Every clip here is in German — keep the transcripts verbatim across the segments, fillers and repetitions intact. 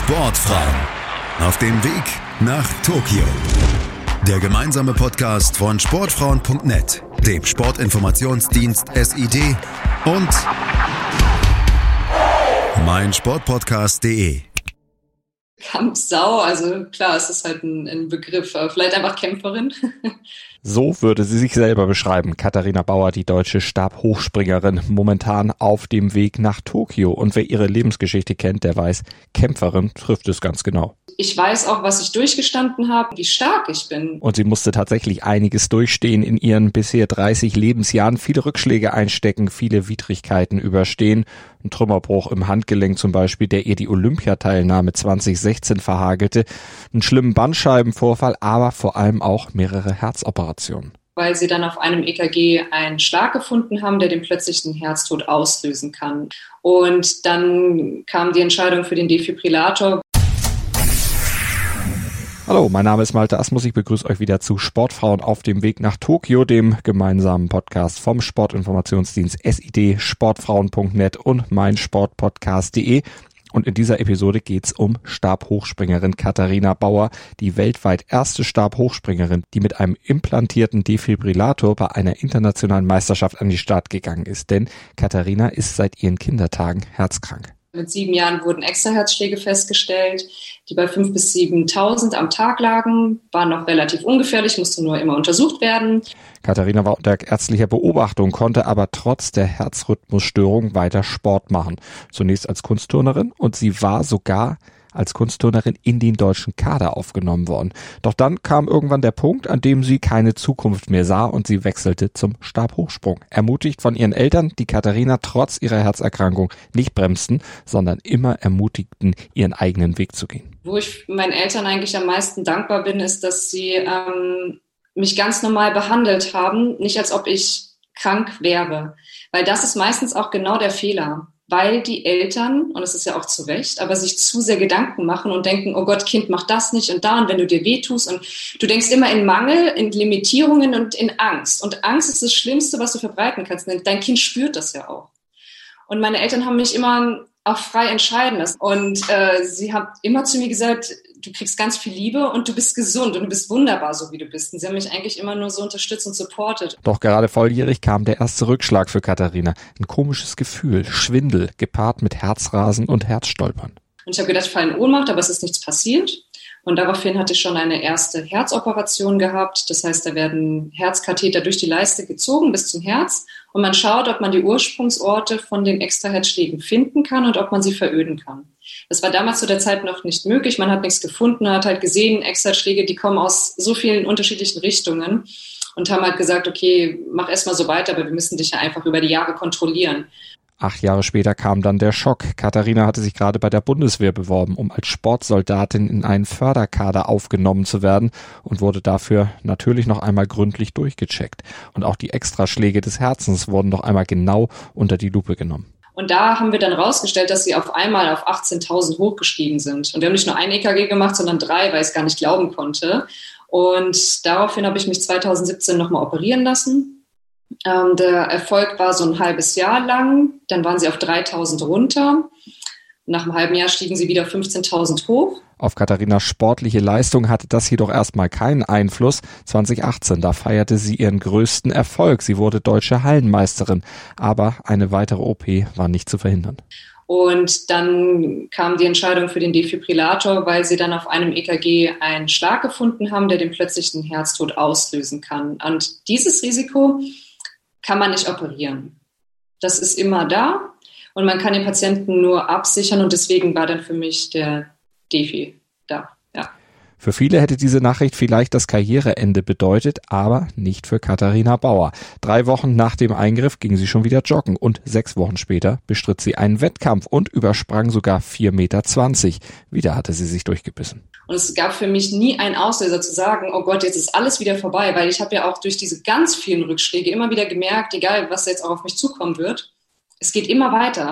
Sportfrauen auf dem Weg nach Tokio. Der gemeinsame Podcast von sportfrauen punkt net, dem Sportinformationsdienst S I D und meinsportpodcast punkt de. Kampfsau, also klar, es ist halt ein, ein Begriff, aber vielleicht einfach Kämpferin. So würde sie sich selber beschreiben, Katharina Bauer, die deutsche Stabhochspringerin, momentan auf dem Weg nach Tokio. Und wer ihre Lebensgeschichte kennt, der weiß, Kämpferin trifft es ganz genau. Ich weiß auch, was ich durchgestanden habe, wie stark ich bin. Und sie musste tatsächlich einiges durchstehen in ihren bisher dreißig Lebensjahren, viele Rückschläge einstecken, viele Widrigkeiten überstehen. Ein Trümmerbruch im Handgelenk zum Beispiel, der ihr die Olympiateilnahme zwanzig sechzehn verhagelte, einen schlimmen Bandscheibenvorfall, aber vor allem auch mehrere Herzoperationen. Weil sie dann auf einem E K G einen Schlag gefunden haben, der den plötzlichen Herztod auslösen kann. Und dann kam die Entscheidung für den Defibrillator. Hallo, mein Name ist Malte Asmus, ich begrüße euch wieder zu Sportfrauen auf dem Weg nach Tokio, dem gemeinsamen Podcast vom Sportinformationsdienst S I D, sportfrauen punkt net und meinsportpodcast punkt de. Und in dieser Episode geht's um Stabhochspringerin Katharina Bauer, die weltweit erste Stabhochspringerin, die mit einem implantierten Defibrillator bei einer internationalen Meisterschaft an die Start gegangen ist. Denn Katharina ist seit ihren Kindertagen herzkrank. Mit sieben Jahren wurden Extraherzschläge festgestellt, die bei fünf bis siebentausend am Tag lagen, waren noch relativ ungefährlich, musste nur immer untersucht werden. Katharina war unter ärztlicher Beobachtung, konnte aber trotz der Herzrhythmusstörung weiter Sport machen. Zunächst als Kunstturnerin und sie war sogar als Kunstturnerin in den deutschen Kader aufgenommen worden. Doch dann kam irgendwann der Punkt, an dem sie keine Zukunft mehr sah und sie wechselte zum Stabhochsprung. Ermutigt von ihren Eltern, die Katharina trotz ihrer Herzerkrankung nicht bremsten, sondern immer ermutigten, ihren eigenen Weg zu gehen. Wo ich meinen Eltern eigentlich am meisten dankbar bin, ist, dass sie ähm, mich ganz normal behandelt haben, nicht als ob ich krank wäre. Weil das ist meistens auch genau der Fehler. Weil die Eltern, und das ist ja auch zu Recht, aber sich zu sehr Gedanken machen und denken, oh Gott, Kind, mach das nicht und da und wenn du dir wehtust. Und du denkst immer in Mangel, in Limitierungen und in Angst. Und Angst ist das Schlimmste, was du verbreiten kannst. Denn dein Kind spürt das ja auch. Und meine Eltern haben mich immer auch frei entscheiden lassen. Und äh, sie haben immer zu mir gesagt, du kriegst ganz viel Liebe und du bist gesund und du bist wunderbar, so wie du bist. Und sie haben mich eigentlich immer nur so unterstützt und supportet. Doch gerade volljährig kam der erste Rückschlag für Katharina. Ein komisches Gefühl, Schwindel, gepaart mit Herzrasen und Herzstolpern. Und ich habe gedacht, ich falle in Ohnmacht, aber es ist nichts passiert. Und daraufhin hatte ich schon eine erste Herzoperation gehabt. Das heißt, da werden Herzkatheter durch die Leiste gezogen bis zum Herz. Und man schaut, ob man die Ursprungsorte von den Extraherzschlägen finden kann und ob man sie veröden kann. Das war damals zu der Zeit noch nicht möglich. Man hat nichts gefunden, man hat halt gesehen, Extraherzschläge, die kommen aus so vielen unterschiedlichen Richtungen und haben halt gesagt, okay, mach erstmal so weiter, aber wir müssen dich ja einfach über die Jahre kontrollieren. Acht Jahre später kam dann der Schock. Katharina hatte sich gerade bei der Bundeswehr beworben, um als Sportsoldatin in einen Förderkader aufgenommen zu werden und wurde dafür natürlich noch einmal gründlich durchgecheckt. Und auch die Extraschläge des Herzens wurden noch einmal genau unter die Lupe genommen. Und da haben wir dann rausgestellt, dass sie auf einmal auf achtzehntausend hochgestiegen sind. Und wir haben nicht nur ein E K G gemacht, sondern drei, weil ich es gar nicht glauben konnte. Und daraufhin habe ich mich zweitausendsiebzehn nochmal operieren lassen. Ähm, der Erfolg war so ein halbes Jahr lang. Dann waren sie auf dreitausend runter. Nach einem halben Jahr stiegen sie wieder fünfzehntausend hoch. Auf Katharinas sportliche Leistung hatte das jedoch erstmal keinen Einfluss. zwanzig achtzehn, da feierte sie ihren größten Erfolg. Sie wurde deutsche Hallenmeisterin. Aber eine weitere O P war nicht zu verhindern. Und dann kam die Entscheidung für den Defibrillator, weil sie dann auf einem E K G einen Schlag gefunden haben, der den plötzlichen Herztod auslösen kann. Und dieses Risiko kann man nicht operieren. Das ist immer da und man kann den Patienten nur absichern und deswegen war dann für mich der Defi da. Ja. Für viele hätte diese Nachricht vielleicht das Karriereende bedeutet, aber nicht für Katharina Bauer. Drei Wochen nach dem Eingriff ging sie schon wieder joggen und sechs Wochen später bestritt sie einen Wettkampf und übersprang sogar vier Meter zwanzig. Wieder hatte sie sich durchgebissen. Und es gab für mich nie einen Auslöser zu sagen, oh Gott, jetzt ist alles wieder vorbei, weil ich habe ja auch durch diese ganz vielen Rückschläge immer wieder gemerkt, egal was jetzt auch auf mich zukommen wird, es geht immer weiter.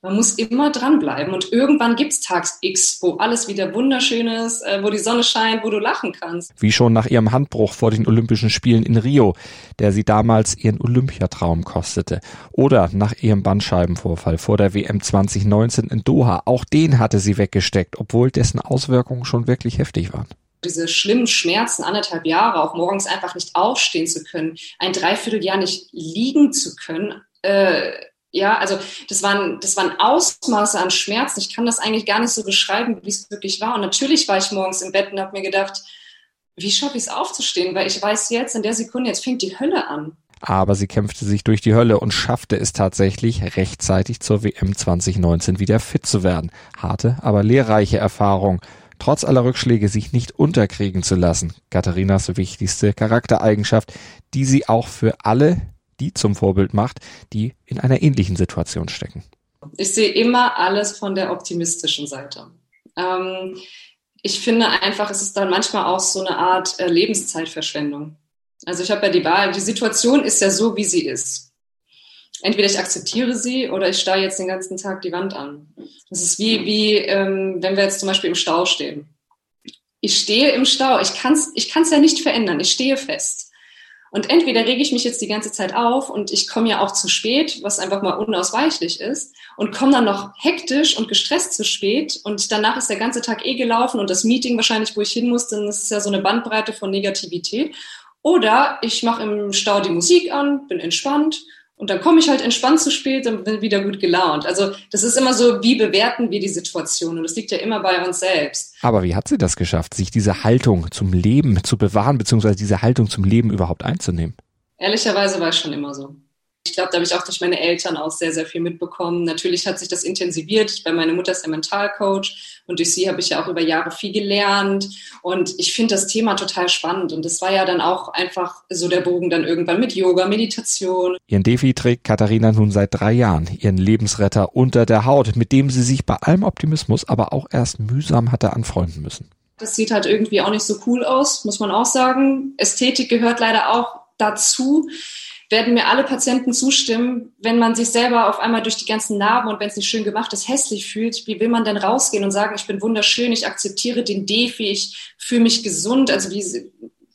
Man muss immer dranbleiben und irgendwann gibt's Tag X, wo alles wieder wunderschön ist, wo die Sonne scheint, wo du lachen kannst. Wie schon nach ihrem Handbruch vor den Olympischen Spielen in Rio, der sie damals ihren Olympiatraum kostete. Oder nach ihrem Bandscheibenvorfall vor der W M zwanzig neunzehn in Doha. Auch den hatte sie weggesteckt, obwohl dessen Auswirkungen schon wirklich heftig waren. Diese schlimmen Schmerzen, anderthalb Jahre, auch morgens einfach nicht aufstehen zu können, ein Dreivierteljahr nicht liegen zu können, äh, Ja, also das waren, das waren Ausmaße an Schmerzen. Ich kann das eigentlich gar nicht so beschreiben, wie es wirklich war. Und natürlich war ich morgens im Bett und habe mir gedacht, wie schaffe ich es aufzustehen? Weil ich weiß jetzt, in der Sekunde, jetzt fängt die Hölle an. Aber sie kämpfte sich durch die Hölle und schaffte es tatsächlich, rechtzeitig zur W M zwanzig neunzehn wieder fit zu werden. Harte, aber lehrreiche Erfahrung. Trotz aller Rückschläge sich nicht unterkriegen zu lassen. Katharinas wichtigste Charaktereigenschaft, die sie auch für alle die zum Vorbild macht, die in einer ähnlichen Situation stecken. Ich sehe immer alles von der optimistischen Seite. Ähm, ich finde einfach, es ist dann manchmal auch so eine Art äh, Lebenszeitverschwendung. Also ich habe ja die Wahl, die Situation ist ja so, wie sie ist. Entweder ich akzeptiere sie oder ich starre jetzt den ganzen Tag die Wand an. Das ist wie, wie ähm, wenn wir jetzt zum Beispiel im Stau stehen. Ich stehe im Stau, ich kann es ich kann's ja nicht verändern, ich stehe fest. Und entweder rege ich mich jetzt die ganze Zeit auf und ich komme ja auch zu spät, was einfach mal unausweichlich ist, und komme dann noch hektisch und gestresst zu spät und danach ist der ganze Tag eh gelaufen und das Meeting wahrscheinlich, wo ich hin muss, dann ist es ja so eine Bandbreite von Negativität. Oder ich mache im Stau die Musik an, bin entspannt und dann komme ich halt entspannt zu spät und bin wieder gut gelaunt. Also das ist immer so, wie bewerten wir die Situation? Und das liegt ja immer bei uns selbst. Aber wie hat sie das geschafft, sich diese Haltung zum Leben zu bewahren, beziehungsweise diese Haltung zum Leben überhaupt einzunehmen? Ehrlicherweise war es schon immer so. Ich glaube, da habe ich auch durch meine Eltern auch sehr, sehr viel mitbekommen. Natürlich hat sich das intensiviert, weil meine Mutter ist ja Mentalcoach und durch sie habe ich ja auch über Jahre viel gelernt. Und ich finde das Thema total spannend. Und das war ja dann auch einfach so der Bogen dann irgendwann mit Yoga, Meditation. Ihren Defi trägt Katharina nun seit drei Jahren, ihren Lebensretter unter der Haut, mit dem sie sich bei allem Optimismus aber auch erst mühsam hatte anfreunden müssen. Das sieht halt irgendwie auch nicht so cool aus, muss man auch sagen. Ästhetik gehört leider auch dazu. Werden mir alle Patienten zustimmen, wenn man sich selber auf einmal durch die ganzen Narben und wenn es nicht schön gemacht ist, hässlich fühlt, wie will man denn rausgehen und sagen, ich bin wunderschön, ich akzeptiere den Defi, ich fühle mich gesund. Also wie,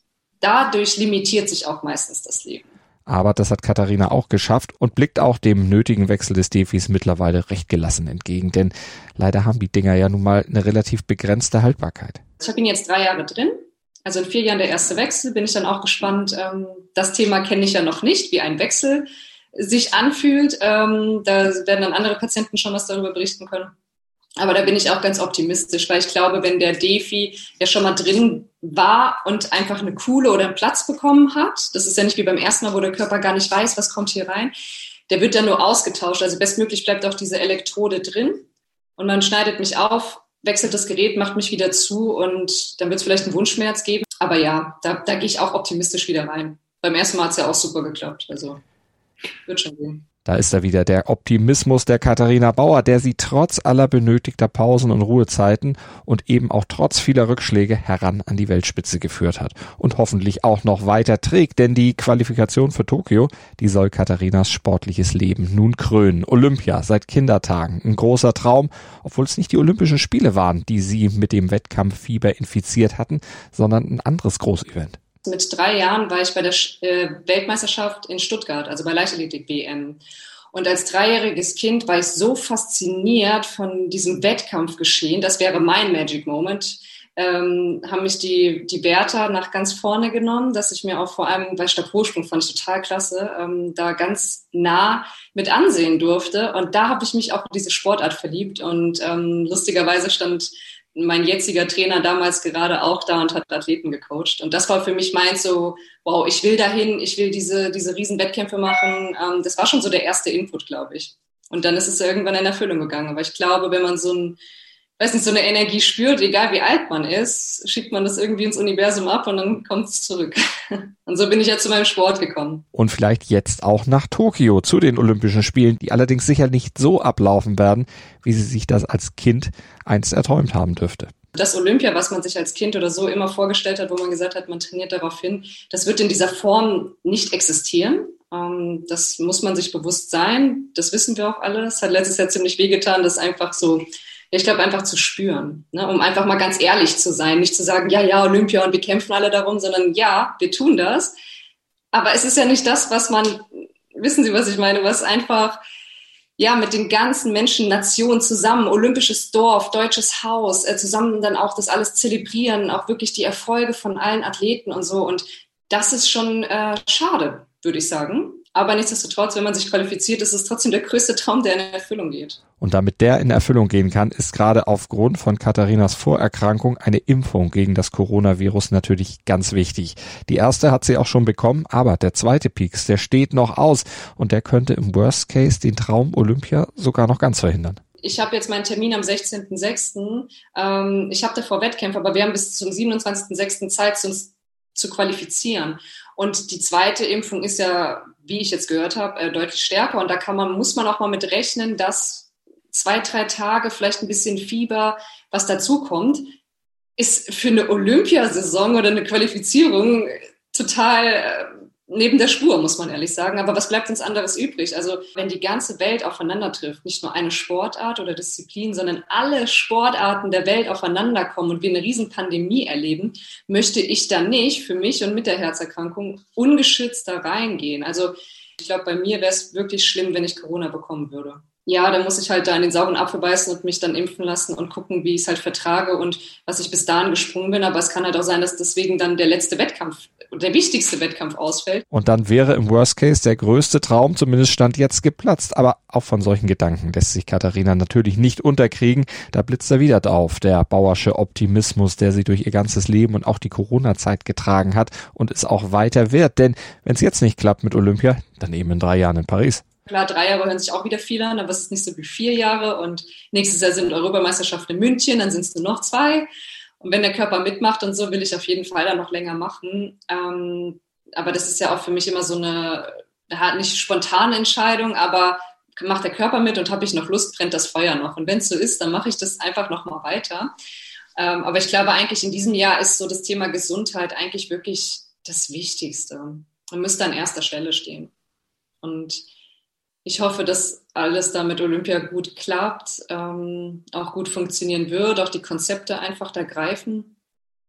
dadurch limitiert sich auch meistens das Leben. Aber das hat Katharina auch geschafft und blickt auch dem nötigen Wechsel des Defis mittlerweile recht gelassen entgegen, denn leider haben die Dinger ja nun mal eine relativ begrenzte Haltbarkeit. Ich habe ihn jetzt drei Jahre drin. Also in vier Jahren der erste Wechsel, bin ich dann auch gespannt. Das Thema kenne ich ja noch nicht, wie ein Wechsel sich anfühlt. Da werden dann andere Patienten schon was darüber berichten können. Aber da bin ich auch ganz optimistisch, weil ich glaube, wenn der Defi ja schon mal drin war und einfach eine Kuhle oder einen Platz bekommen hat, das ist ja nicht wie beim ersten Mal, wo der Körper gar nicht weiß, was kommt hier rein, der wird dann nur ausgetauscht. Also bestmöglich bleibt auch diese Elektrode drin und man schneidet mich auf, wechselt das Gerät, macht mich wieder zu und dann wird es vielleicht einen Wundschmerz geben. Aber ja, da, da gehe ich auch optimistisch wieder rein. Beim ersten Mal hat es ja auch super geklappt. Also wird schon gehen. Da ist er wieder, der Optimismus der Katharina Bauer, der sie trotz aller benötigter Pausen und Ruhezeiten und eben auch trotz vieler Rückschläge heran an die Weltspitze geführt hat und hoffentlich auch noch weiter trägt, denn die Qualifikation für Tokio, die soll Katharinas sportliches Leben nun krönen. Olympia seit Kindertagen, ein großer Traum, obwohl es nicht die Olympischen Spiele waren, die sie mit dem Wettkampffieber infiziert hatten, sondern ein anderes Großevent. Mit drei Jahren war ich bei der äh, Weltmeisterschaft in Stuttgart, also bei Leichtathletik-W M. Und als dreijähriges Kind war ich so fasziniert von diesem Wettkampfgeschehen, das wäre mein Magic Moment, ähm, haben mich die, die Wärter nach ganz vorne genommen, dass ich mir auch vor allem bei Stabhochsprung, fand ich total klasse, ähm, da ganz nah mit ansehen durfte. Und da habe ich mich auch in diese Sportart verliebt. Und ähm, lustigerweise stand mein jetziger Trainer damals gerade auch da und hat Athleten gecoacht. Und das war für mich meins so, wow, ich will dahin, ich will diese, diese riesen Wettkämpfe machen. Ähm, das war schon so der erste Input, glaube ich. Und dann ist es irgendwann in Erfüllung gegangen. Aber ich glaube, wenn man so ein, weiß nicht, so eine Energie spürt, egal wie alt man ist, schickt man das irgendwie ins Universum ab und dann kommt es zurück. Und so bin ich ja zu meinem Sport gekommen. Und vielleicht jetzt auch nach Tokio zu den Olympischen Spielen, die allerdings sicher nicht so ablaufen werden, wie sie sich das als Kind einst erträumt haben dürfte. Das Olympia, was man sich als Kind oder so immer vorgestellt hat, wo man gesagt hat, man trainiert darauf hin, das wird in dieser Form nicht existieren. Ähm, das muss man sich bewusst sein. Das wissen wir auch alle. Es hat letztes Jahr ziemlich wehgetan, das einfach so, ich glaube, einfach zu spüren, ne? Um einfach mal ganz ehrlich zu sein. Nicht zu sagen, ja, ja, Olympia und wir kämpfen alle darum, sondern ja, wir tun das. Aber es ist ja nicht das, was man, wissen Sie, was ich meine, was einfach, ja, mit den ganzen Menschen, Nationen zusammen, olympisches Dorf, deutsches Haus, äh, zusammen dann auch das alles zelebrieren, auch wirklich die Erfolge von allen Athleten und so. Und das ist schon äh, schade, würde ich sagen. Aber nichtsdestotrotz, wenn man sich qualifiziert, ist es trotzdem der größte Traum, der in Erfüllung geht. Und damit der in Erfüllung gehen kann, ist gerade aufgrund von Katharinas Vorerkrankung eine Impfung gegen das Coronavirus natürlich ganz wichtig. Die erste hat sie auch schon bekommen, aber der zweite Pieks, der steht noch aus und der könnte im Worst Case den Traum Olympia sogar noch ganz verhindern. Ich habe jetzt meinen Termin am sechzehnten sechsten Ähm, ich habe davor Wettkämpfe, aber wir haben bis zum siebenundzwanzigsten sechsten Zeit, uns zu qualifizieren. Und die zweite Impfung ist ja, wie ich jetzt gehört habe, äh, deutlich stärker. Und da kann man, muss man auch mal mit rechnen, dass zwei, drei Tage, vielleicht ein bisschen Fieber, was dazukommt, ist für eine Olympiasaison oder eine Qualifizierung total äh, neben der Spur, muss man ehrlich sagen. Aber was bleibt uns anderes übrig? Also wenn die ganze Welt aufeinander trifft, nicht nur eine Sportart oder Disziplin, sondern alle Sportarten der Welt aufeinander kommen und wir eine riesen Pandemie erleben, möchte ich dann nicht für mich und mit der Herzerkrankung ungeschützt da reingehen. Also ich glaube, bei mir wäre es wirklich schlimm, wenn ich Corona bekommen würde. Ja, dann muss ich halt da in den sauren Apfel beißen und mich dann impfen lassen und gucken, wie ich es halt vertrage und was ich bis dahin gesprungen bin. Aber es kann halt auch sein, dass deswegen dann der letzte Wettkampf, der wichtigste Wettkampf ausfällt. Und dann wäre im Worst Case der größte Traum, zumindest Stand jetzt, geplatzt. Aber auch von solchen Gedanken lässt sich Katharina natürlich nicht unterkriegen. Da blitzt er wieder auf, der Bauersche Optimismus, der sie durch ihr ganzes Leben und auch die Corona-Zeit getragen hat und es auch weiter wird. Denn wenn es jetzt nicht klappt mit Olympia, dann eben in drei Jahren in Paris. Klar, drei Jahre hören sich auch wieder viel an, aber es ist nicht so wie vier Jahre. Und nächstes Jahr sind Europameisterschaften in München, dann sind es nur noch zwei. Und wenn der Körper mitmacht und so, will ich auf jeden Fall dann noch länger machen. Ähm, aber das ist ja auch für mich immer so eine, nicht spontane Entscheidung, aber macht der Körper mit und habe ich noch Lust, brennt das Feuer noch. Und wenn es so ist, dann mache ich das einfach nochmal weiter. Ähm, aber ich glaube eigentlich, in diesem Jahr ist so das Thema Gesundheit eigentlich wirklich das Wichtigste. Man müsste an erster Stelle stehen. Und ich hoffe, dass alles da mit Olympia gut klappt, ähm, auch gut funktionieren wird, auch die Konzepte einfach da greifen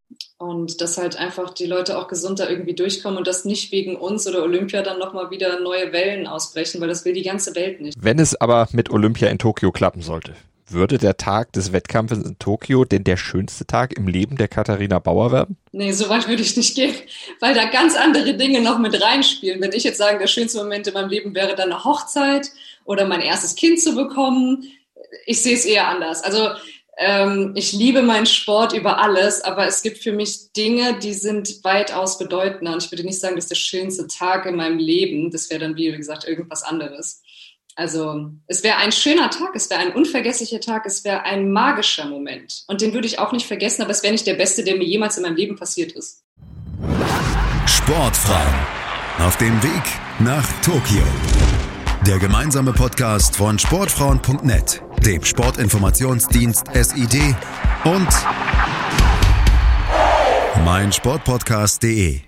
und dass halt einfach die Leute auch gesund da irgendwie durchkommen und dass nicht wegen uns oder Olympia dann nochmal wieder neue Wellen ausbrechen, weil das will die ganze Welt nicht. Wenn es aber mit Olympia in Tokio klappen sollte, würde der Tag des Wettkampfes in Tokio denn der schönste Tag im Leben der Katharina Bauer werden? Nee, so weit würde ich nicht gehen, weil da ganz andere Dinge noch mit reinspielen. Wenn ich jetzt sage, der schönste Moment in meinem Leben wäre dann eine Hochzeit oder mein erstes Kind zu bekommen, ich sehe es eher anders. Also ähm, ich liebe meinen Sport über alles, aber es gibt für mich Dinge, die sind weitaus bedeutender. Und ich würde nicht sagen, das ist der schönste Tag in meinem Leben. Das wäre dann, wie gesagt, irgendwas anderes. Also es wäre ein schöner Tag, es wäre ein unvergesslicher Tag, es wäre ein magischer Moment. Und den würde ich auch nicht vergessen, aber es wäre nicht der beste, der mir jemals in meinem Leben passiert ist. Sportfrauen auf dem Weg nach Tokio. Der gemeinsame Podcast von sportfrauen punkt net, dem Sportinformationsdienst S I D und mein Sportpodcast punkt de.